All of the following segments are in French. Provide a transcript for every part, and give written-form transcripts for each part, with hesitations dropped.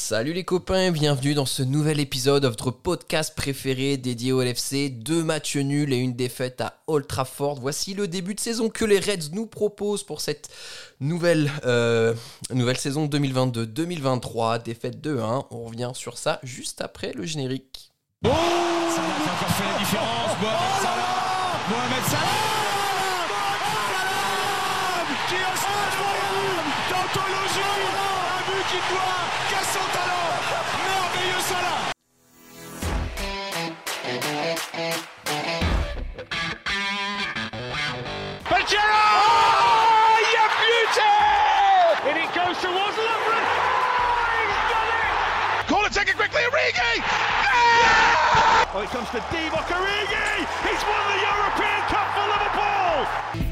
Salut les copains, bienvenue dans ce nouvel épisode de votre podcast préféré dédié au LFC. 2 matchs nuls et une défaite à Old Trafford. Voici le début de saison que les Reds nous proposent pour cette nouvelle saison 2022-2023. Défaite 2-1, on revient sur ça juste après le générique. Oh, Salah qui a encore fait la différence. Mohamed Salah qui a d'anthologie, un but qui doit casser son talent. Merveilleux Salah. Pajero! Oh, you beauty! And it goes towards Lovren. Oh, he's done it! Call it, take it quickly, Origi! Oh, it comes to Divock Origi! He's won the European Cup for Liverpool!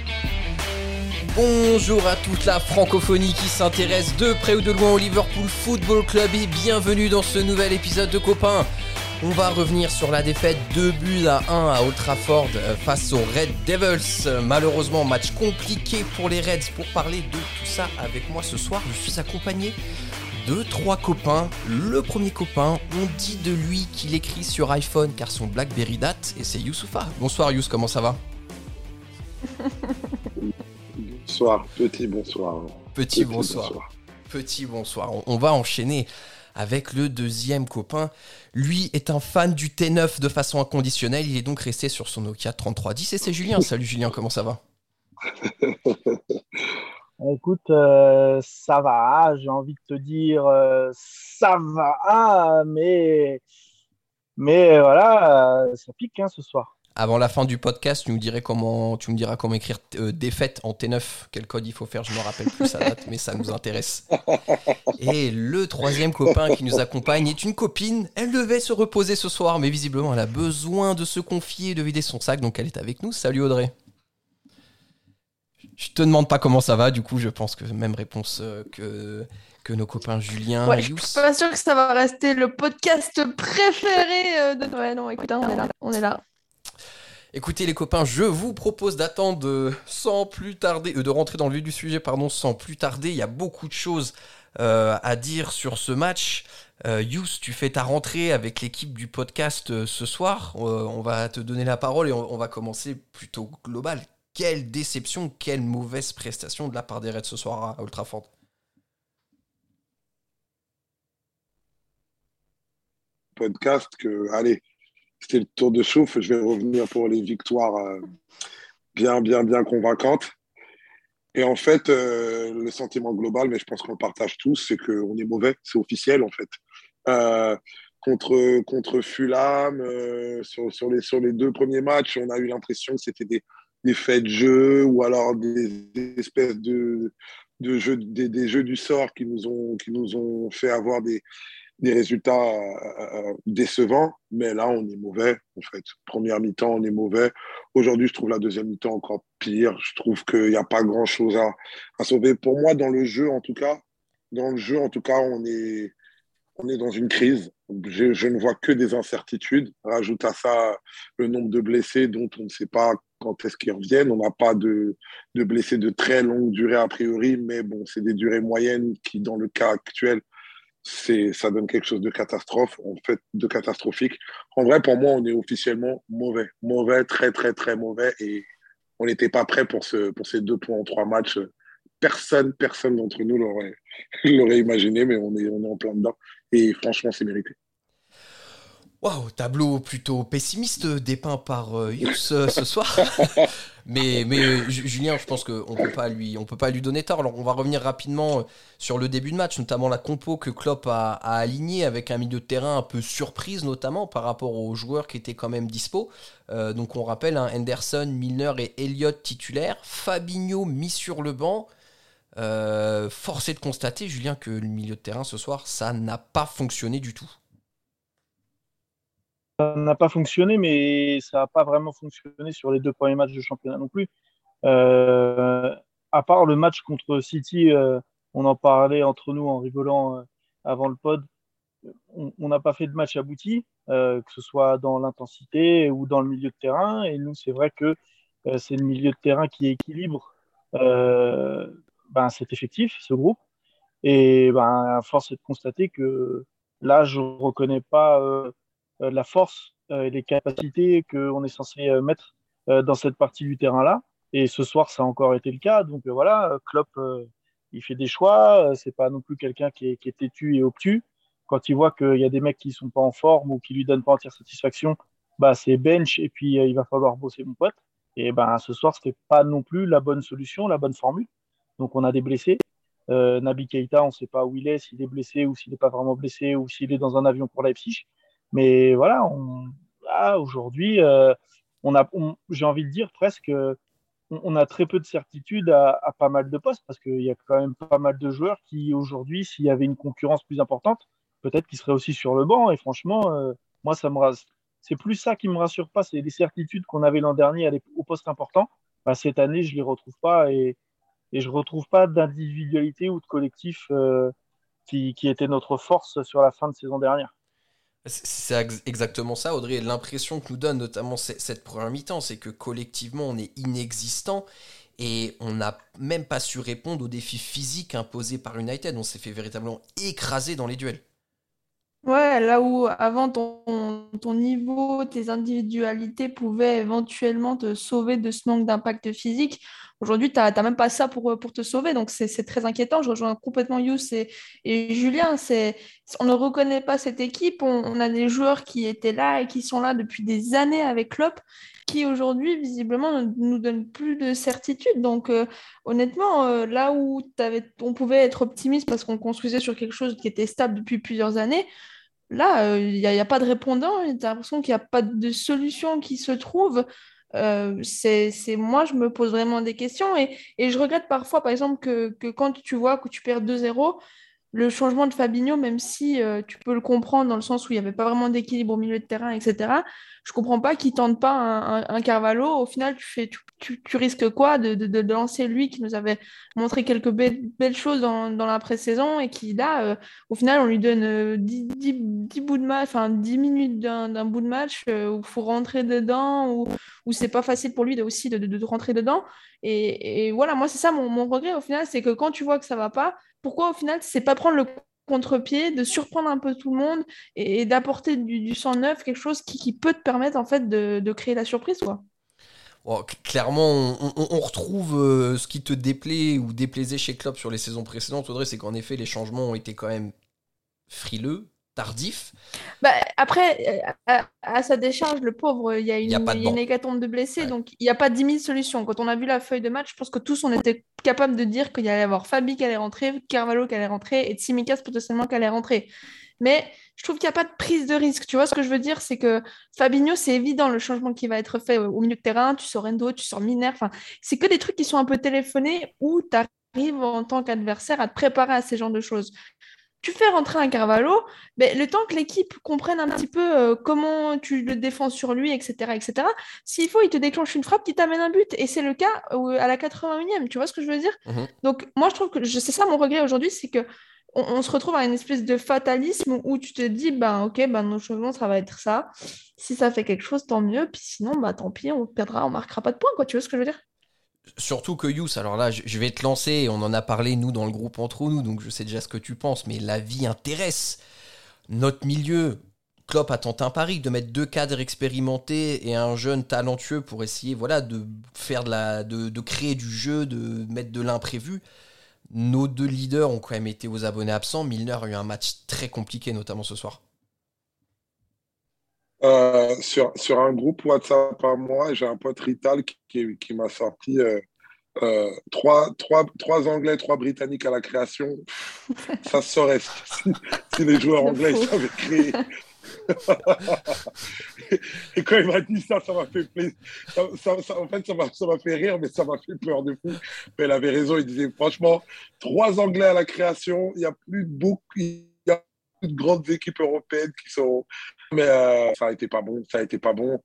Bonjour à toute la francophonie qui s'intéresse de près ou de loin au Liverpool Football Club et bienvenue dans ce nouvel épisode de Copains. On va revenir sur la défaite 2-1 à Old Trafford face aux Red Devils. Malheureusement, match compliqué pour les Reds. Pour parler de tout ça avec moi ce soir, je suis accompagné de 3 copains. Le premier copain, on dit de lui qu'il écrit sur iPhone car son BlackBerry date et c'est Youssoufa. Bonsoir Youss, comment ça va ? Bonsoir, petit bonsoir. Petit bonsoir. On va enchaîner avec le deuxième copain. Lui est un fan du T9 de façon inconditionnelle. Il est donc resté sur son Nokia 3310 et c'est Julien. Salut Julien, comment ça va ? Écoute, ça va, j'ai envie de te dire ça va, mais voilà, ça pique ce soir. Avant la fin du podcast, tu me diras comment écrire défaite en T9. Quel code il faut faire, je ne me rappelle plus sa date, mais ça nous intéresse. Et le troisième copain qui nous accompagne est une copine. Elle devait se reposer ce soir, mais visiblement, elle a besoin de se confier et de vider son sac, donc elle est avec nous. Salut Audrey. Je te demande pas comment ça va, du coup, je pense que même réponse que nos copains Julien et Youss. Je suis pas sûre que ça va rester le podcast préféré de Noël. Non, écoute, on est là. Écoutez les copains, je vous propose d'attendre sans plus tarder, de rentrer dans le vif du sujet, sans plus tarder. Il y a beaucoup de choses à dire sur ce match. Youss, tu fais ta rentrée avec l'équipe du podcast ce soir. On va te donner la parole et on va commencer plutôt global. Quelle déception, quelle mauvaise prestation de la part des Reds ce soir à Old Trafford. Podcast allez, c'était le tour de souffle. Je vais revenir pour les victoires bien convaincantes. Et en fait, le sentiment global, mais je pense qu'on le partage tous, c'est qu'on est mauvais. C'est officiel, en fait. Contre Fulham, sur les 2 premiers matchs, on a eu l'impression que c'était des faits de jeu ou alors des espèces de jeux, des jeux du sort qui nous ont fait avoir des résultats décevants, mais là, on est mauvais, en fait. Première mi-temps, on est mauvais. Aujourd'hui, je trouve la deuxième mi-temps encore pire. Je trouve qu'il n'y a pas grand-chose à sauver. Pour moi, dans le jeu, en tout cas, on est dans une crise. Je ne vois que des incertitudes. Rajoute à ça le nombre de blessés dont on ne sait pas quand est-ce qu'ils reviennent. On n'a pas de blessés de très longue durée a priori, mais bon, c'est des durées moyennes qui, dans le cas actuel, ça donne quelque chose de catastrophique. En vrai, pour moi, on est officiellement mauvais, très très mauvais, et on n'était pas prêt pour ces 2 points en 3 matchs. Personne d'entre nous l'aurait imaginé, mais on est en plein dedans, et franchement, c'est mérité. Waouh, tableau plutôt pessimiste dépeint par Youss ce soir. mais Julien, je pense qu'on peut pas lui donner tort. Alors on va revenir rapidement sur le début de match, notamment la compo que Klopp a alignée avec un milieu de terrain un peu surprise, notamment par rapport aux joueurs qui étaient quand même dispo. Donc on rappelle Henderson, Milner et Elliott titulaires, Fabinho mis sur le banc. Force est de constater, Julien, que le milieu de terrain ce soir, ça n'a pas fonctionné du tout. Ça n'a pas fonctionné, mais ça n'a pas vraiment fonctionné sur les 2 premiers matchs de championnat non plus. À part le match contre City, on en parlait entre nous en rigolant avant le pod, on n'a pas fait de match abouti, que ce soit dans l'intensité ou dans le milieu de terrain. Et nous, c'est vrai que c'est le milieu de terrain qui équilibre cet effectif, ce groupe. Et ben, force est de constater que là, je ne reconnais pas la force et les capacités qu'on est censé mettre dans cette partie du terrain-là. Et ce soir, ça a encore été le cas. Donc voilà, Klopp, il fait des choix. C'est pas non plus quelqu'un qui est têtu et obtus. Quand il voit qu'il y a des mecs qui sont pas en forme ou qui lui donnent pas entière satisfaction, bah c'est bench et puis il va falloir bosser mon pote. Et ben ce soir, c'était pas non plus la bonne solution, la bonne formule. Donc on a des blessés. Naby Keita, on ne sait pas où il est, s'il est blessé ou s'il n'est pas vraiment blessé ou s'il est dans un avion pour Leipzig. Mais voilà, là, aujourd'hui, j'ai envie de dire presque, on a très peu de certitude à pas mal de postes parce qu'il y a quand même pas mal de joueurs qui, aujourd'hui, s'il y avait une concurrence plus importante, peut-être qu'ils seraient aussi sur le banc. Et franchement, moi, c'est plus ça qui me rassure pas, c'est les certitudes qu'on avait l'an dernier au poste important. Bah, cette année, je les retrouve pas et je retrouve pas d'individualité ou de collectif qui était notre force sur la fin de saison dernière. Exactement ça, Audrey. L'impression que nous donne notamment cette première mi-temps, c'est que collectivement, on est inexistant et on n'a même pas su répondre aux défis physiques imposés par United. On s'est fait véritablement écraser dans les duels. Ouais, là où avant ton niveau, tes individualités pouvaient éventuellement te sauver de ce manque d'impact physique, aujourd'hui, tu n'as même pas ça pour te sauver. Donc, c'est très inquiétant. Je rejoins complètement Youss et Julien. On ne reconnaît pas cette équipe. On a des joueurs qui étaient là et qui sont là depuis des années avec Klopp, qui aujourd'hui, visiblement, ne nous donnent plus de certitude. Donc, honnêtement, là où on pouvait être optimiste parce qu'on construisait sur quelque chose qui était stable depuis plusieurs années, là, il n'y a pas de répondant, j'ai l'impression qu'il n'y a pas de solution qui se trouve. Moi, je me pose vraiment des questions et je regrette parfois, par exemple, que quand tu vois que tu perds 2-0, le changement de Fabinho, même si tu peux le comprendre dans le sens où il n'y avait pas vraiment d'équilibre au milieu de terrain, etc., je comprends pas qu'il tente pas un Carvalho. Au final, tu risques quoi de lancer lui qui nous avait montré quelques belles choses dans la pré-saison et qui, là, au final, on lui donne 10 bouts de match, enfin 10 minutes d'un bout de match où il faut rentrer dedans, où c'est pas facile pour lui aussi de rentrer dedans. Et voilà, moi, c'est ça mon regret au final, c'est que quand tu vois que ça va pas, pourquoi au final, c'est pas prendre le contre-pied, de surprendre un peu tout le monde et d'apporter du sang neuf, quelque chose qui peut te permettre en fait de créer la surprise, quoi. Bon, clairement, on retrouve ce qui te déplaît ou déplaisait chez Klopp sur les saisons précédentes, Audrey, c'est qu'en effet, les changements ont été quand même frileux, tardifs. Bah, après, à sa décharge, le pauvre, il y a Il n'y a pas de il y a une banc. hécatombe de blessés, Ouais. donc il n'y a pas 10 000 solutions. Quand on a vu la feuille de match, je pense que tous, on était capables de dire qu'il y allait y avoir Fabi qui allait rentrer, Carvalho qui allait rentrer et Tsimikas potentiellement qui allait rentrer. Mais je trouve qu'il n'y a pas de prise de risque. Tu vois ce que je veux dire? C'est que Fabinho, c'est évident le changement qui va être fait au milieu de terrain. Tu sors Endo, tu sors Miner. Enfin, c'est que des trucs qui sont un peu téléphonés où tu arrives en tant qu'adversaire à te préparer à ces genres de choses. Tu fais rentrer un Carvalho, mais le temps que l'équipe comprenne un petit peu comment tu le défends sur lui, etc., etc., s'il faut, il te déclenche une frappe qui t'amène un but. Et c'est le cas à la 81e. Tu vois ce que je veux dire? Mhm. Donc, moi, je trouve que c'est ça mon regret aujourd'hui, c'est que on se retrouve à une espèce de fatalisme où tu te dis, ben ok, ben nos changements, ça va être ça. Si ça fait quelque chose, tant mieux. Puis sinon, bah tant pis, on perdra, on marquera pas de points, quoi. Tu vois ce que je veux dire? Surtout que Yous, alors là, je vais te lancer, on en a parlé, nous, dans le groupe entre nous, donc je sais déjà ce que tu penses, mais la vie intéresse. Notre milieu, Klopp a tenté un pari de mettre deux cadres expérimentés et un jeune talentueux pour essayer, voilà, de faire de créer du jeu, de mettre de l'imprévu. Nos deux leaders ont quand même été aux abonnés absents. Milner a eu un match très compliqué, notamment ce soir. Sur un groupe WhatsApp à moi, j'ai un pote Rital qui m'a sorti trois Anglais, trois Britanniques à la création. Ça se saurait si les joueurs De anglais faux. savaient créer. Et quand il m'a dit ça, ça m'a fait plaisir. En fait, ça m'a fait rire, mais ça m'a fait peur de fou. Mais il avait raison, il disait franchement, trois Anglais à la création, il n'y a plus de beaucoup, il y a plus de grandes équipes européennes qui sont. Mais ça a été pas bon, ça a été pas bon.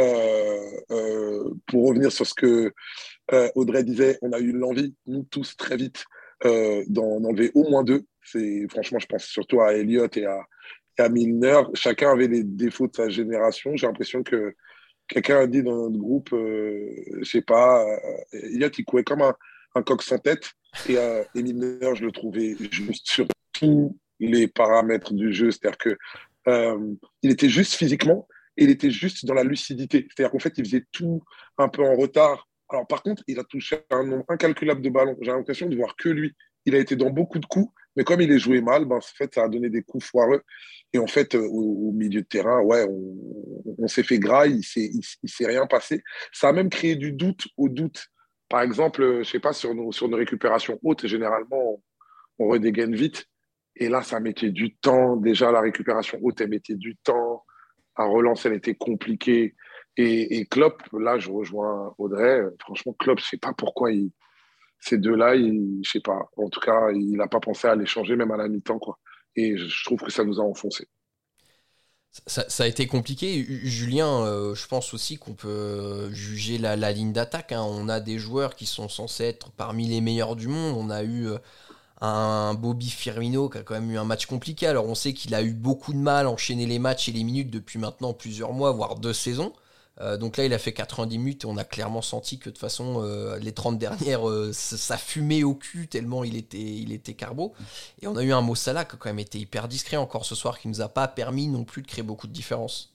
Pour revenir sur ce que Audrey disait, on a eu l'envie, nous tous, très vite, d'en enlever au moins deux. Franchement, je pense surtout à Elliot et à Milner. Chacun avait les défauts de sa génération. J'ai l'impression que quelqu'un a dit dans notre groupe, je sais pas, Elliot, il courait comme un coq sans tête. Et Milner, je le trouvais juste sur tous les paramètres du jeu. C'est-à-dire que il était juste physiquement et il était juste dans la lucidité. C'est-à-dire qu'en fait, il faisait tout un peu en retard. Alors, par contre, il a touché un nombre incalculable de ballons. J'ai l'impression de voir que lui. Il a été dans beaucoup de coups, mais comme il est joué mal, ben, en fait, ça a donné des coups foireux. Et en fait, au milieu de terrain, ouais, on s'est fait graille, il s'est rien passé. Ça a même créé du doute au doute. Par exemple, je sais pas, sur nos récupérations hautes, généralement, on redégaine vite. Et là, ça mettait du temps. Déjà, la récupération haute, elle mettait du temps. La relance, elle était compliquée. Et Klopp, là, je rejoins Audrey. Franchement, Klopp, je sais pas pourquoi ces deux-là, je sais pas. En tout cas, il n'a pas pensé à les changer, même à la mi-temps, quoi. Et je trouve que ça nous a enfoncé. Ça a été compliqué. Julien, je pense aussi qu'on peut juger la ligne d'attaque, hein. On a des joueurs qui sont censés être parmi les meilleurs du monde. On a eu un Bobby Firmino qui a quand même eu un match compliqué. Alors on sait qu'il a eu beaucoup de mal à enchaîner les matchs et les minutes depuis maintenant plusieurs mois, voire 2 saisons. Donc là, il a fait 90 minutes et on a clairement senti que de toute façon, les 30 dernières, ça fumait au cul tellement il était carbo. Et on a eu un Mo Salah qui a quand même été hyper discret encore ce soir, qui nous a pas permis non plus de créer beaucoup de différence.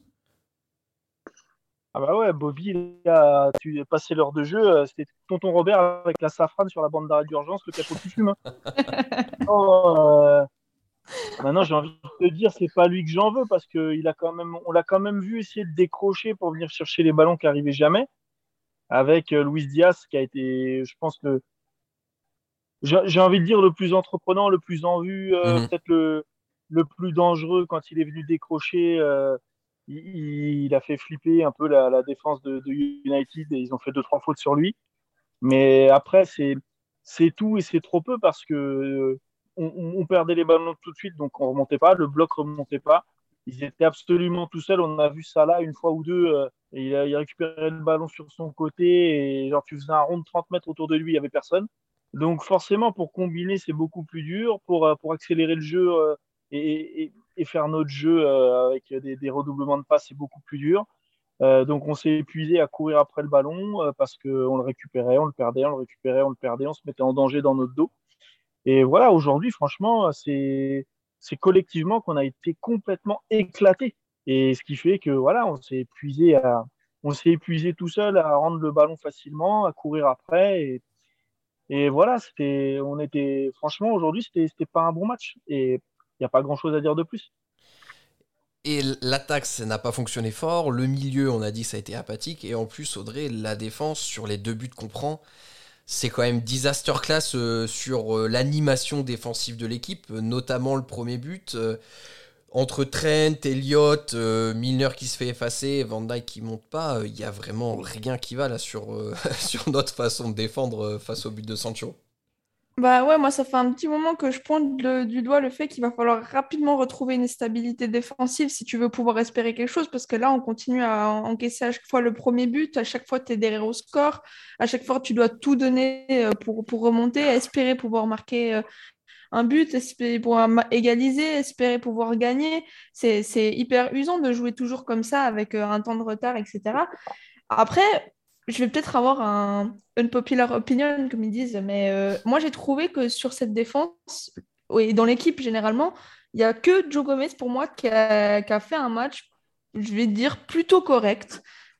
Ah bah ouais, Bobby, tu passé l'heure de jeu, c'était tonton Robert avec la safrane sur la bande d'arrêt d'urgence, le capot qui fume, hein. Oh, maintenant, j'ai envie de te dire, c'est pas lui que j'en veux parce que on l'a quand même vu essayer de décrocher pour venir chercher les ballons qui arrivaient jamais. Avec Luis Diaz qui a été, je pense, j'ai envie de dire le plus entreprenant, le plus en vue, Mhm. peut-être le plus dangereux quand il est venu décrocher. Il a fait flipper un peu la défense de United et ils ont fait deux, trois fautes sur lui. Mais après, c'est tout et c'est trop peu parce que on perdait les ballons tout de suite, donc on remontait pas, le bloc remontait pas. Ils étaient absolument tout seuls. On a vu ça là une fois ou deux. Et il récupérait le ballon sur son côté et genre tu faisais un rond de 30 mètres autour de lui, il y avait personne. Donc forcément, pour combiner, c'est beaucoup plus dur. Pour accélérer le jeu et faire notre jeu avec des redoublements de passes, c'est beaucoup plus dur. Donc on s'est épuisé à courir après le ballon parce qu'on le récupérait, on le perdait, on le récupérait, on le perdait, on se mettait en danger dans notre dos. Et voilà, aujourd'hui, franchement, c'est collectivement qu'on a été complètement éclaté. Et ce qui fait que voilà, on s'est épuisé tout seul à rendre le ballon facilement, à courir après. Et voilà, franchement, aujourd'hui, c'était pas un bon match. Et il n'y a pas grand-chose à dire de plus. Et l'attaque, ça n'a pas fonctionné fort. Le milieu, on a dit, ça a été apathique. Et en plus, Audrey, la défense, sur les 2 buts qu'on prend, c'est quand même disaster class sur l'animation défensive de l'équipe, notamment le premier but. Entre Trent, Elliott, Milner qui se fait effacer, Van Dijk qui monte pas, il y a vraiment rien qui va là sur, sur notre façon de défendre face au but de Sancho. Bah ouais, moi ça fait un petit moment que je pointe du doigt le fait qu'il va falloir rapidement retrouver une stabilité défensive si tu veux pouvoir espérer quelque chose, parce que là on continue à encaisser à chaque fois le premier but, à chaque fois tu es derrière au score, à chaque fois tu dois tout donner pour remonter, espérer pouvoir marquer un but, espérer pouvoir égaliser, espérer pouvoir gagner. C'est hyper usant de jouer toujours comme ça avec un temps de retard, etc. Après, je vais peut-être avoir un unpopular opinion, comme ils disent, mais moi j'ai trouvé que sur cette défense, et dans l'équipe généralement, il n'y a que Joe Gomez pour moi qui a fait un match, je vais dire, plutôt correct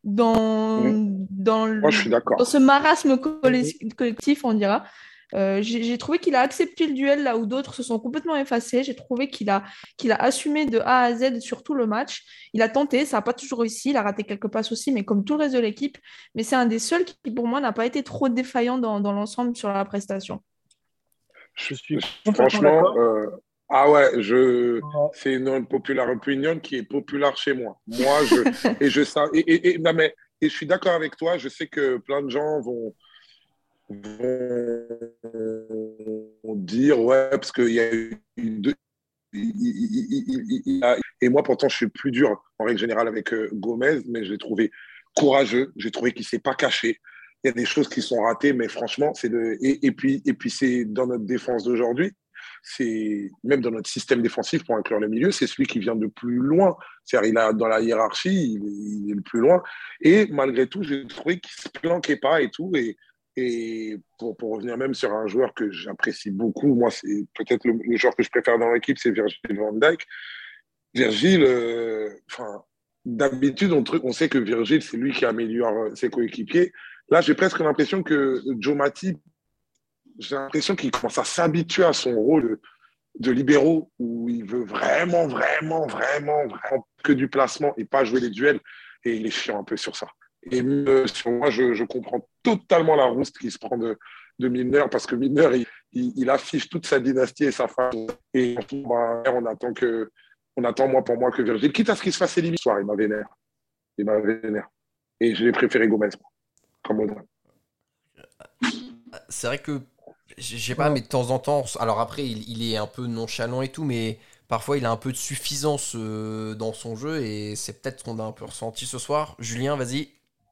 Moi, je suis dans d'accord. ce marasme collectif, on dira. J'ai trouvé qu'il a accepté le duel là où d'autres se sont complètement effacés. J'ai trouvé qu'il a assumé de A à Z sur tout le match. Il a tenté, ça n'a pas toujours réussi. Il a raté quelques passes aussi, mais comme tout le reste de l'équipe. Mais c'est un des seuls qui, pour moi, n'a pas été trop défaillant dans l'ensemble sur la prestation. Je- Je suis complètement Franchement, d'accord. ah ouais, Ouais. c'est une populaire opinion qui est populaire chez moi. Et je sais, non, mais, et je suis d'accord avec toi. Je sais que plein de gens vont dire, ouais, parce qu'il y a eu et moi, pourtant, je suis plus dur en règle générale avec Gomez, mais je l'ai trouvé courageux. J'ai trouvé qu'il ne s'est pas caché. Il y a des choses qui sont ratées, mais franchement, et puis c'est dans notre défense d'aujourd'hui, c'est même dans notre système défensif pour inclure le milieu, c'est celui qui vient de plus loin. C'est-à-dire, dans la hiérarchie, il est le plus loin. Et malgré tout, j'ai trouvé qu'il ne se planquait pas et tout. Et pour revenir même sur un joueur que j'apprécie beaucoup, moi, c'est peut-être le joueur que je préfère dans l'équipe, c'est Virgil van Dijk. Virgil, d'habitude, on sait que Virgil, c'est lui qui améliore ses coéquipiers. Là, j'ai presque l'impression que Joe Matip, j'ai l'impression qu'il commence à s'habituer à son rôle de libéraux où il veut vraiment que du placement et pas jouer les duels. Et il est chiant un peu sur ça. Et sur moi, je comprends totalement la rouste qui se prend de Milner parce que Milner, il affiche toute sa dynastie et sa femme. Et on attend pour moi que Virgil, quitte à ce qu'il se fasse éliminer ce soir, il m'a vénère. Et je l'ai préféré Gomez, comme Modric. C'est vrai que, je sais pas, mais de temps en temps, alors après, il est un peu nonchalant et tout, mais parfois, il a un peu de suffisance dans son jeu et c'est peut-être ce qu'on a un peu ressenti ce soir. Julien, vas-y.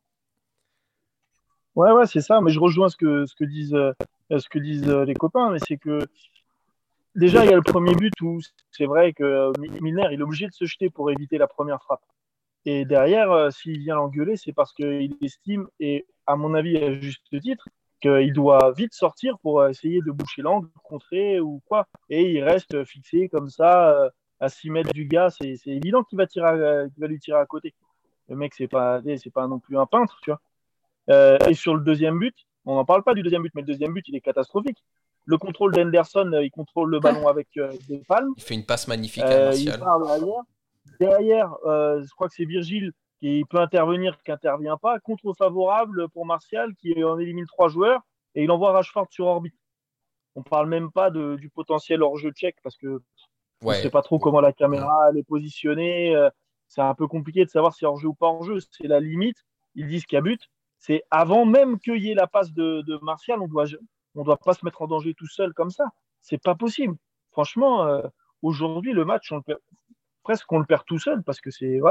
Ouais, c'est ça. Mais je rejoins ce que disent les copains. Mais c'est que déjà, il y a le premier but où c'est vrai que Milner, il est obligé de se jeter pour éviter la première frappe. Et derrière, s'il vient l'engueuler, c'est parce qu'il estime, et à mon avis, à juste titre, qu'il doit vite sortir pour essayer de boucher l'angle, contrer ou quoi. Et il reste fixé comme ça, à 6 mètres du gars. C'est évident qu'il va lui tirer à côté. Le mec, c'est pas non plus un peintre, tu vois. Et sur le deuxième but, on n'en parle pas du deuxième but, mais le deuxième but, il est catastrophique. Le contrôle d'Henderson, il contrôle le ballon avec des palmes. Il fait une passe magnifique à Il Martial. part derrière, je crois que c'est Virgile qui peut intervenir, qui n'intervient pas. Contre-favorable pour Martial, qui en élimine 3 joueurs, et il envoie Rashford sur orbite. On ne parle même pas du potentiel hors-jeu tchèque, parce que on ne sait pas trop comment la caméra elle est positionnée. C'est un peu compliqué de savoir si hors-jeu ou pas hors-jeu. C'est la limite. Ils disent qu'il y a but. C'est avant même qu'il y ait la passe de Martial, on doit pas se mettre en danger tout seul comme ça. C'est pas possible. Franchement, aujourd'hui, le match, presque on le perd tout seul parce que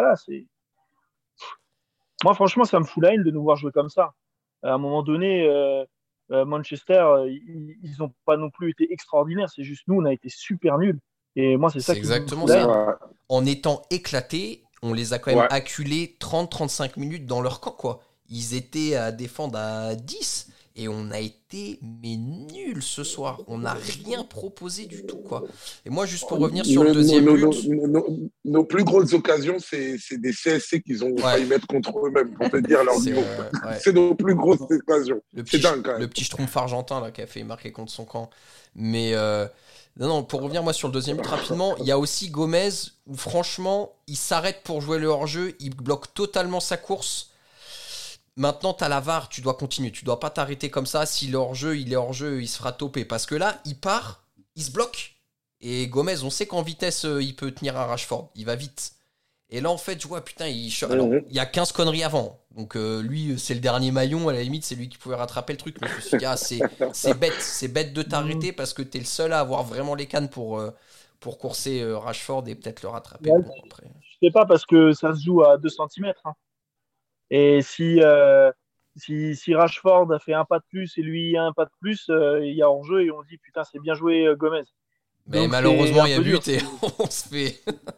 moi, franchement, ça me fout la haine de nous voir jouer comme ça. À un moment donné, Manchester, ils n'ont pas non plus été extraordinaires. C'est juste nous, on a été super nuls. Et moi, c'est ça qui me exactement fout la haine. ça. En étant éclatés, on les a quand même acculés 30-35 minutes dans leur camp, quoi. Ils étaient à défendre à 10 et on a été nuls ce soir. On n'a rien proposé du tout, quoi. Et moi, juste pour revenir sur le deuxième but... Nos plus grosses occasions, c'est des CSC qu'ils ont failli mettre contre eux-mêmes, pour te dire leur niveau. C'est nos plus grosses occasions. C'est dingue, quand même. Le petit schtroumpf argentin là, qui a fait marquer contre son camp. Mais... Non, pour revenir moi sur le deuxième but rapidement, il y a aussi Gomez où franchement, il s'arrête pour jouer le hors-jeu, il bloque totalement sa course. Maintenant, t'as la VAR, tu dois continuer, tu dois pas t'arrêter comme ça. Si il est hors-jeu, il se fera toper. Parce que là, il part, il se bloque. Et Gomez, on sait qu'en vitesse, il peut tenir un Rashford, il va vite. Et là, en fait, je vois, putain, alors, il y a 15 conneries avant. Donc, lui, c'est le dernier maillon, à la limite, c'est lui qui pouvait rattraper le truc. Mais je me suis dit, c'est bête de t'arrêter parce que t'es le seul à avoir vraiment les cannes pour courser Rashford et peut-être le rattraper. Ouais, bon, après. Je sais pas parce que ça se joue à 2 cm. Hein. Et si Rashford a fait un pas de plus et lui un pas de plus, il y a hors-jeu et on se dit putain, c'est bien joué Gomez. Mais donc malheureusement, il y a but et on se fait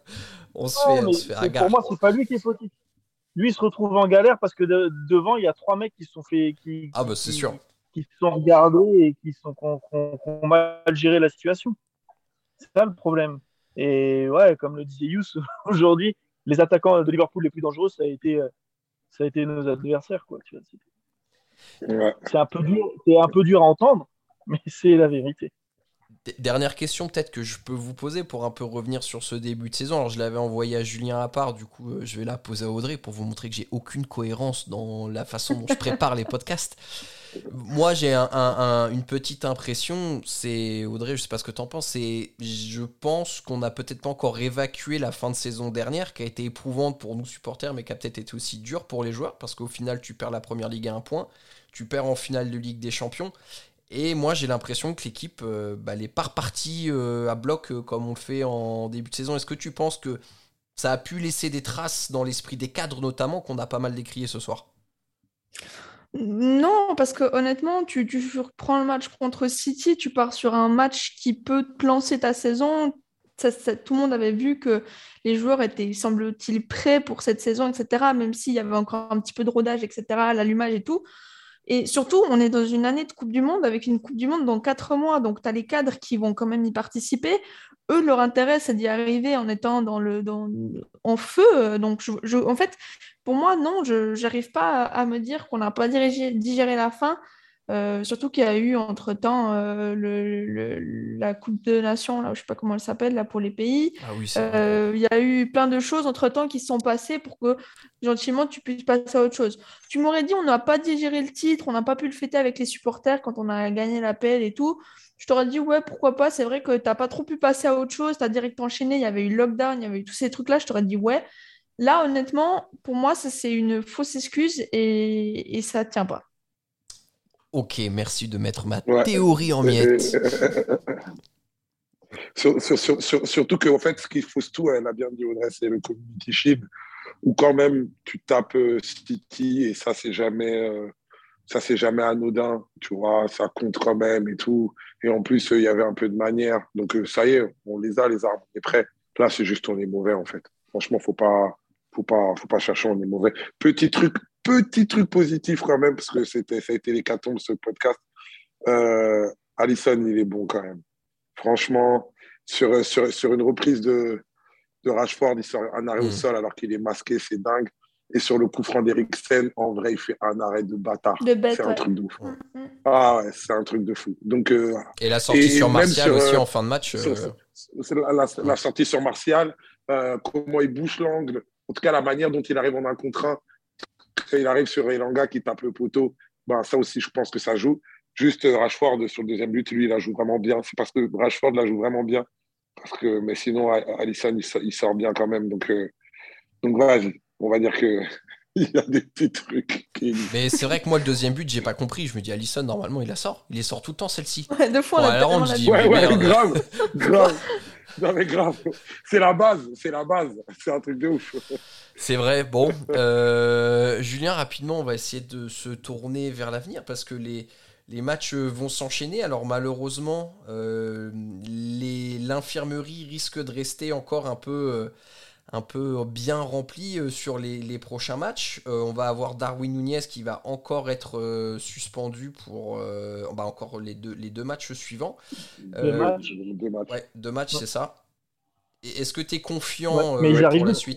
Pour moi, c'est pas lui qui est fautif. Lui, il se retrouve en galère parce que devant, il y a 3 mecs qui se sont fait. C'est sûr. Qui se sont regardés et qui ont mal géré la situation. C'est ça le problème. Et ouais, comme le disait Yous, aujourd'hui, les attaquants de Liverpool les plus dangereux, ça a été nos adversaires, quoi. Tu vois, c'est un peu dur à entendre, mais c'est la vérité. Dernière question peut-être que je peux vous poser pour un peu revenir sur ce début de saison. Alors je l'avais envoyé à Julien à part, du coup je vais la poser à Audrey pour vous montrer que j'ai aucune cohérence dans la façon dont je prépare les podcasts. Moi j'ai une petite impression, c'est Audrey, je sais pas ce que t'en penses, je pense qu'on a peut-être pas encore évacué la fin de saison dernière qui a été éprouvante pour nous supporters mais qui a peut-être été aussi dure pour les joueurs parce qu'au final tu perds la première ligue à 1 point, tu perds en finale de Ligue des Champions. Et moi, j'ai l'impression que l'équipe n'est pas repartie à bloc comme on le fait en début de saison. Est-ce que tu penses que ça a pu laisser des traces dans l'esprit des cadres, notamment, qu'on a pas mal décrié ce soir? Non, parce que honnêtement, tu reprends le match contre City, tu pars sur un match qui peut te lancer ta saison. Tout le monde avait vu que les joueurs étaient, semble-t-il, prêts pour cette saison, etc., même s'il y avait encore un petit peu de rodage, etc., l'allumage et tout. Et surtout, on est dans une année de Coupe du Monde avec une Coupe du Monde dans 4 mois. Donc, tu as les cadres qui vont quand même y participer. Eux, leur intérêt, c'est d'y arriver en étant en feu. Donc, en fait, pour moi, non, je n'arrive pas à me dire qu'on n'a pas digéré la fin. Surtout qu'il y a eu entre-temps la Coupe de Nations, là, je ne sais pas comment elle s'appelle, là, pour les pays. Ah oui, c'est vrai. Il y a eu plein de choses entre-temps qui se sont passées pour que, gentiment, tu puisses passer à autre chose. Tu m'aurais dit, on n'a pas digéré le titre, on n'a pas pu le fêter avec les supporters quand on a gagné l'appel et tout. Je t'aurais dit, ouais, pourquoi pas, c'est vrai que tu n'as pas trop pu passer à autre chose, tu as direct enchaîné, il y avait eu le lockdown, il y avait eu tous ces trucs-là, je t'aurais dit, ouais. Là, honnêtement, pour moi, ça, c'est une fausse excuse et ça ne tient pas. Ok, merci de mettre ma Ouais. théorie en miettes. Surtout qu'en fait, ce qui fausse tout, elle a bien dit Audrey, c'est le Community Shield, où quand même tu tapes City et ça c'est jamais anodin, tu vois, ça compte quand même et tout. Et en plus, il y avait un peu de manière. Donc ça y est, on les a, les armes, on est prêts. Là, c'est juste on est mauvais en fait. Franchement, faut pas chercher, on est mauvais. Petit truc positif quand même, parce que ça a été l'hécatombe ce podcast. Alisson, il est bon quand même. Franchement, sur une reprise de Rashford, il sort un arrêt au sol alors qu'il est masqué, c'est dingue. Et sur le coup franc d'Eriksen, en vrai, il fait un arrêt de bâtard. De bête, c'est un ouais. truc de fou. Ah ouais, c'est un truc de fou. Donc, Et la sortie sur Martial aussi en fin de match. la sortie sur Martial, comment il bouche l'angle, en tout cas la manière dont il arrive en 1 contre 1, quand il arrive sur Elanga qui tape le poteau, ben, ça aussi, je pense que ça joue. Juste Rashford sur le deuxième but, lui, il la joue vraiment bien. C'est parce que Rashford la joue vraiment bien. Mais sinon, Alisson, il sort bien quand même. Donc vas-y, on va dire que il y a des petits trucs. Mais c'est vrai que moi, le deuxième but, j'ai pas compris. Je me dis, Alisson, normalement, il la sort. Il les sort tout le temps, celle-ci. Ouais, 2 fois, on a on tellement dit, Ouais, merde. grave. Non, mais grave. C'est la base. C'est un truc de ouf. C'est vrai. Bon, Julien, rapidement, on va essayer de se tourner vers l'avenir parce que les matchs vont s'enchaîner. Alors malheureusement, l'infirmerie risque de rester encore un peu bien remplie sur les prochains matchs. On va avoir Darwin Núñez qui va encore être suspendu pour encore les deux matchs suivants. Deux matchs. Ouais, 2 matchs, ouais. C'est ça. Et est-ce que tu es confiant pour la suite ?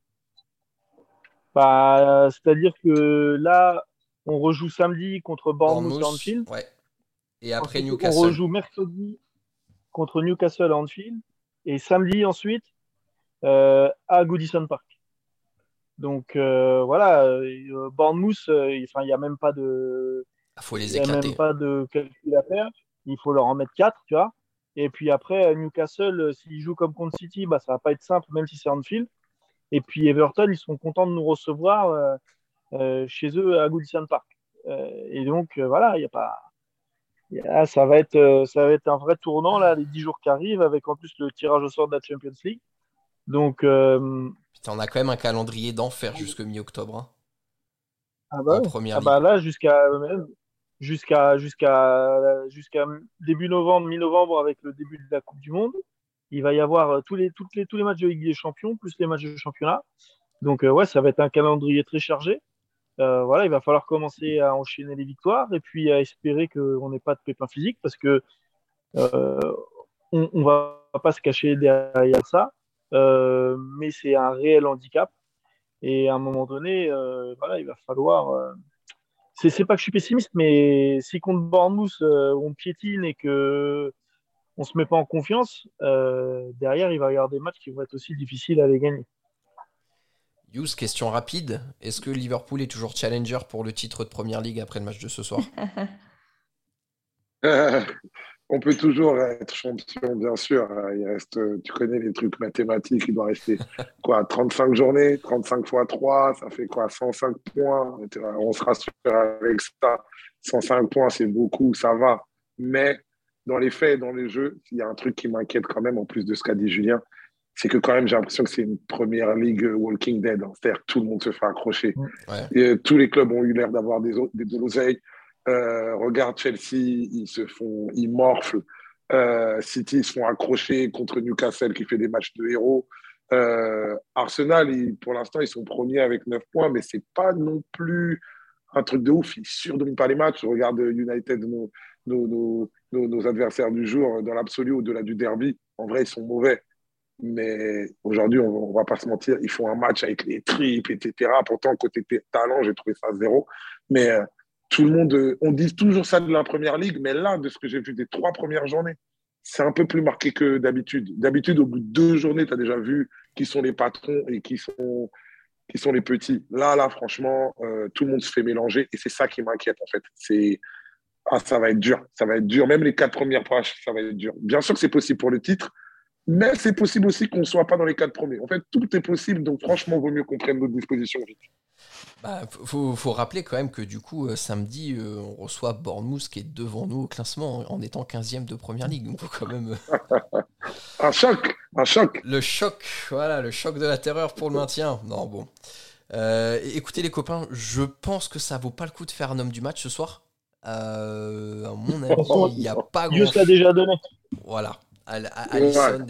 C'est-à-dire que là, on rejoue samedi contre Bournemouth à Anfield. Ouais. Et après ensuite, Newcastle. On rejoue mercredi contre Newcastle à Anfield. Et samedi ensuite à Goodison Park. Donc voilà, Bournemouth, il n'y a même pas de... faut les éclater. Il n'y a même pas de calcul à faire. Il faut leur en mettre 4, tu vois. Et puis après, Newcastle, s'ils jouent comme contre City, ça ne va pas être simple, même si c'est Anfield. Et puis Everton, ils seront contents de nous recevoir chez eux à Goodison Park. Et donc, voilà, il n'y a pas... ça va être un vrai tournant, là, les 10 jours qui arrivent, avec en plus le tirage au sort de la Champions League. Donc... Putain, on a quand même un calendrier d'enfer jusque mi-octobre. Hein. En première ligue. Là, jusqu'à début novembre, mi-novembre, avec le début de la Coupe du Monde, il va y avoir tous les matchs de Ligue des Champions, plus les matchs de championnat. Donc, ça va être un calendrier très chargé. Il va falloir commencer à enchaîner les victoires et puis à espérer qu'on n'ait pas de pépins physiques parce que on va pas se cacher derrière ça. Mais c'est un réel handicap. Et à un moment donné, il va falloir... C'est pas que je suis pessimiste, mais si contre Bournemouth, on piétine et qu'on ne se met pas en confiance, derrière, il va y avoir des matchs qui vont être aussi difficiles à les gagner. Yous, question rapide. Est-ce que Liverpool est toujours challenger pour le titre de Première Ligue après le match de ce soir ? On peut toujours être champion, bien sûr. Il reste, tu connais les trucs mathématiques, il doit rester 35 journées, 35 fois 3, ça fait 105 points. On se rassure avec ça. 105 points, c'est beaucoup, ça va. Mais dans les faits, dans les jeux, il y a un truc qui m'inquiète quand même, en plus de ce qu'a dit Julien, c'est que quand même, j'ai l'impression que c'est une Première Ligue Walking Dead. C'est-à-dire que tout le monde se fait accrocher. Ouais. Et, tous les clubs ont eu l'air d'avoir de l'oseille. Regarde Chelsea, ils morflent. City, ils se font accrocher contre Newcastle qui fait des matchs de héros. Arsenal, pour l'instant, ils sont premiers avec 9 points, mais c'est pas non plus un truc de ouf. Ils surdominent pas les matchs. Je regarde United, nos adversaires du jour, dans l'absolu, au-delà du derby. En vrai, ils sont mauvais. Mais aujourd'hui, on va pas se mentir, ils font un match avec les tripes, etc. Pourtant, côté talent, j'ai trouvé ça zéro. Mais tout le monde, on dit toujours ça de la première ligue, mais là, de ce que j'ai vu des 3 premières journées, c'est un peu plus marqué que d'habitude. D'habitude, au bout de 2 journées, tu as déjà vu qui sont les patrons et qui sont les petits. Là, franchement, tout le monde se fait mélanger et c'est ça qui m'inquiète, en fait. Ça va être dur. Ça va être dur. Même les 4 premières pages, ça va être dur. Bien sûr que c'est possible pour le titre, mais c'est possible aussi qu'on ne soit pas dans les 4 premiers. En fait, tout est possible. Donc, franchement, il vaut mieux qu'on prenne notre disposition vite. Bah, faut rappeler quand même que du coup, samedi, on reçoit Bournemouth qui est devant nous au classement en étant 15e de Première Ligue. Donc, faut quand même. Un choc, un choc. Le choc, voilà, le choc de la terreur pour le maintien. Non, bon. Écoutez, les copains, je pense que ça vaut pas le coup de faire un homme du match ce soir. À mon avis, il n'y a pas grand Just l'a déjà donné. Voilà. Alisson,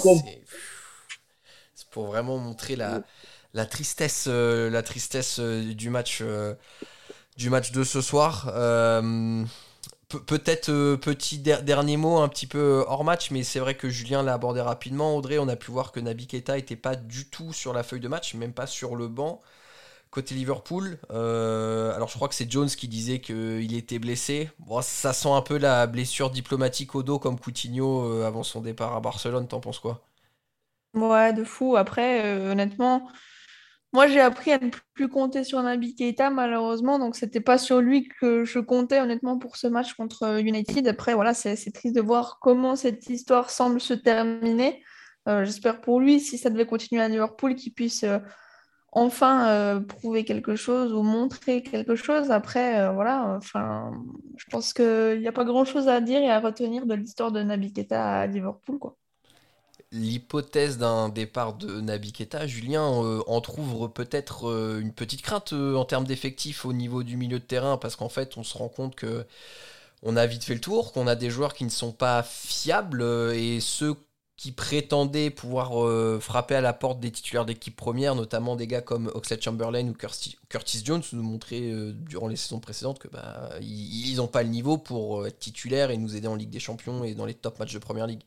c'est pour vraiment montrer la tristesse du match de ce soir. Peut-être petit dernier mot un petit peu hors match, mais c'est vrai que Julien l'a abordé rapidement. Audrey, on a pu voir que Naby Keita n'était pas du tout sur la feuille de match, même pas sur le banc. Côté Liverpool, alors je crois que c'est Jones qui disait qu'il était blessé. Bon, ça sent un peu la blessure diplomatique au dos comme Coutinho avant son départ à Barcelone. T'en penses quoi? Ouais, de fou. Après, honnêtement, moi j'ai appris à ne plus compter sur Naby Keita malheureusement, donc c'était pas sur lui que je comptais honnêtement pour ce match contre United. Après, voilà, c'est triste de voir comment cette histoire semble se terminer. J'espère pour lui, si ça devait continuer à Liverpool, qu'il puisse enfin prouver quelque chose ou montrer quelque chose. Après, voilà, enfin, je pense qu'il n'y a pas grand-chose à dire et à retenir de l'histoire de Naby Keita à Liverpool, quoi. L'hypothèse d'un départ de Naby Keita, Julien, entrouvre peut-être une petite crainte en termes d'effectifs au niveau du milieu de terrain, parce qu'en fait, on se rend compte que on a vite fait le tour, qu'on a des joueurs qui ne sont pas fiables, et ceux qui prétendaient pouvoir frapper à la porte des titulaires d'équipe première, notamment des gars comme Oxlade-Chamberlain ou Curtis Jones, nous montraient durant les saisons précédentes que ils n'ont pas le niveau pour être titulaires et nous aider en Ligue des Champions et dans les top matchs de Première Ligue.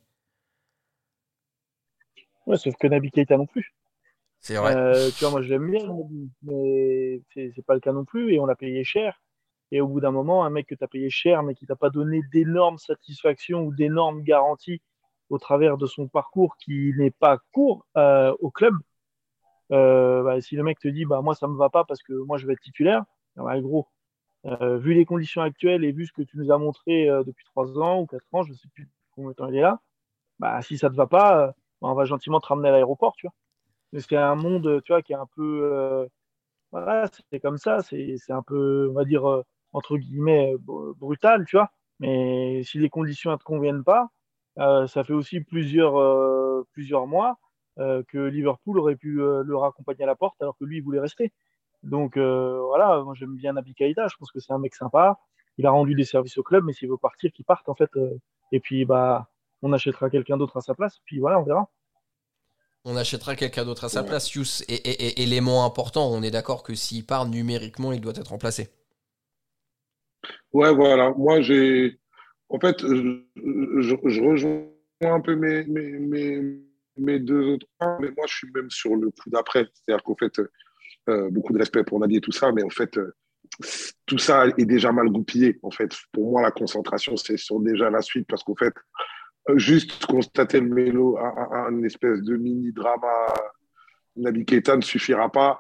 Ouais, sauf que Naby Keita non plus. C'est vrai. Tu vois, moi je l'aime bien, Naby, mais c'est pas le cas non plus et on l'a payé cher. Et au bout d'un moment, un mec que tu as payé cher, mais qui t'a pas donné d'énormes satisfactions ou d'énormes garanties au travers de son parcours qui n'est pas court au club, si le mec te dit bah moi ça me va pas parce que moi je vais être titulaire, bah, gros, vu les conditions actuelles et vu ce que tu nous as montré depuis 3 ans ou 4 ans, je sais plus combien de temps il est là, bah si ça te va pas, on va gentiment te ramener à l'aéroport, tu vois. Parce qu'il y a un monde, tu vois, qui est un peu voilà, c'est comme ça, c'est un peu, on va dire, entre guillemets, brutal, tu vois. Mais si les conditions ne te conviennent pas, ça fait aussi plusieurs mois que Liverpool aurait pu le raccompagner à la porte alors que lui, il voulait rester. Donc voilà, moi j'aime bien Naby Keita, je pense que c'est un mec sympa. Il a rendu des services au club, mais s'il veut partir, qu'il parte en fait. Et puis bah, on achètera quelqu'un d'autre à sa place. Puis voilà, on verra. On achètera quelqu'un d'autre à sa place, Yous. Et élément important, on est d'accord que s'il part numériquement, il doit être remplacé. Ouais, voilà. Moi, en fait, je rejoins un peu mes 2 autres points, mais moi, je suis même sur le coup d'après. C'est-à-dire qu'en fait, beaucoup de respect pour Naby et tout ça, mais en fait, tout ça est déjà mal goupillé. En fait, pour moi, la concentration, c'est sur déjà la suite, parce qu'en fait, juste constater le mélo, un espèce de mini-drama, Naby Keita ne suffira pas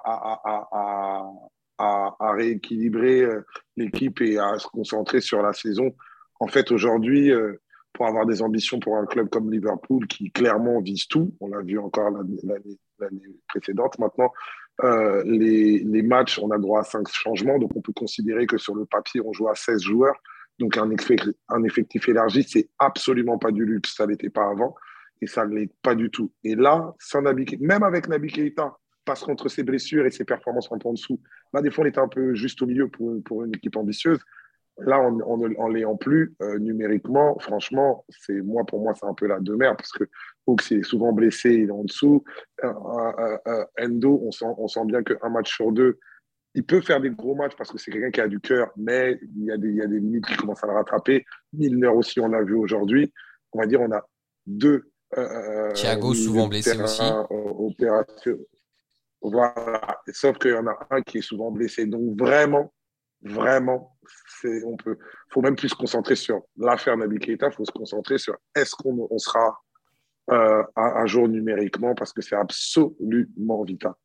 à rééquilibrer l'équipe et à se concentrer sur la saison. En fait, aujourd'hui, pour avoir des ambitions pour un club comme Liverpool, qui clairement vise tout, on l'a vu encore l'année précédente maintenant, les matchs, on a droit à 5 changements, donc on peut considérer que sur le papier, on joue à 16 joueurs. Donc un effectif élargi, c'est absolument pas du luxe, ça l'était pas avant et ça ne l'est pas du tout. Et là, même avec Naby Keita, parce qu'entre ses blessures et ses performances un peu en dessous, là, des fois, on était un peu juste au milieu pour une équipe ambitieuse. Là, on ne l'ayant plus numériquement, franchement, pour moi, c'est un peu la demeure parce que Ox est souvent blessé, il est en dessous. Endo, on sent bien qu'un match sur 2, il peut faire des gros matchs parce que c'est quelqu'un qui a du cœur, mais il y a des limites qui commencent à le rattraper. Milner aussi, on l'a vu aujourd'hui. On va dire, on a deux Thiago souvent blessé aussi. Voilà. Sauf qu'il y en a un qui est souvent blessé. Donc vraiment, faut même plus se concentrer sur l'affaire Naby Keita. Il faut se concentrer sur est-ce qu'on sera à jour numériquement parce que c'est absolument vital.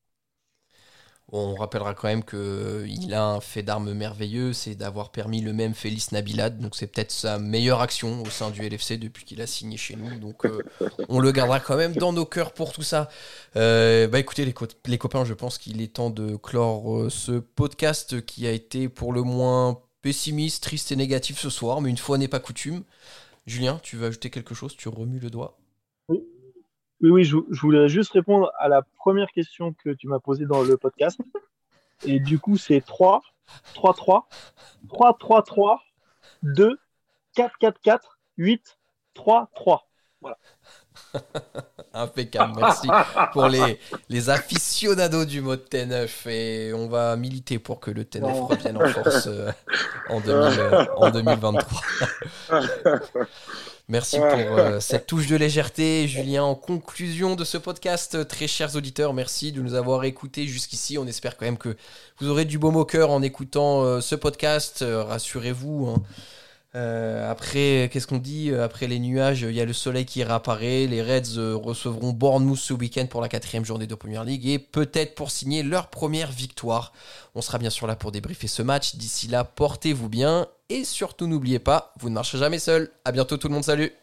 On rappellera quand même qu'il a un fait d'armes merveilleux, c'est d'avoir permis le même Félix Nabilad, donc c'est peut-être sa meilleure action au sein du LFC depuis qu'il a signé chez nous, donc on le gardera quand même dans nos cœurs pour tout ça. Écoutez les copains, je pense qu'il est temps de clore ce podcast qui a été pour le moins pessimiste, triste et négatif ce soir, mais une fois n'est pas coutume. Julien, tu veux ajouter quelque chose? Tu remues le doigt. Oui, je voulais juste répondre à la première question que tu m'as posée dans le podcast. Et du coup, c'est 3, 3, 3, 3, 3, 3, 2, 4, 4, 4, 8, 3, 3. Voilà. Impeccable, merci pour les aficionados du mot de T9 et on va militer pour que le T9 revienne en force en 2023. Merci pour cette touche de légèreté, Julien. En conclusion de ce podcast, très chers auditeurs, merci de nous avoir écoutés jusqu'ici. On espère quand même que vous aurez du baume au cœur en écoutant ce podcast. Rassurez-vous, hein. Après, qu'est-ce qu'on dit? Après les nuages, il y a le soleil qui réapparaît. Les Reds recevront Bournemouth ce week-end pour la 4e journée de Premier League et peut-être pour signer leur première victoire. On sera bien sûr là pour débriefer ce match. D'ici là, portez-vous bien et surtout n'oubliez pas, vous ne marcherez jamais seul. À bientôt tout le monde, salut!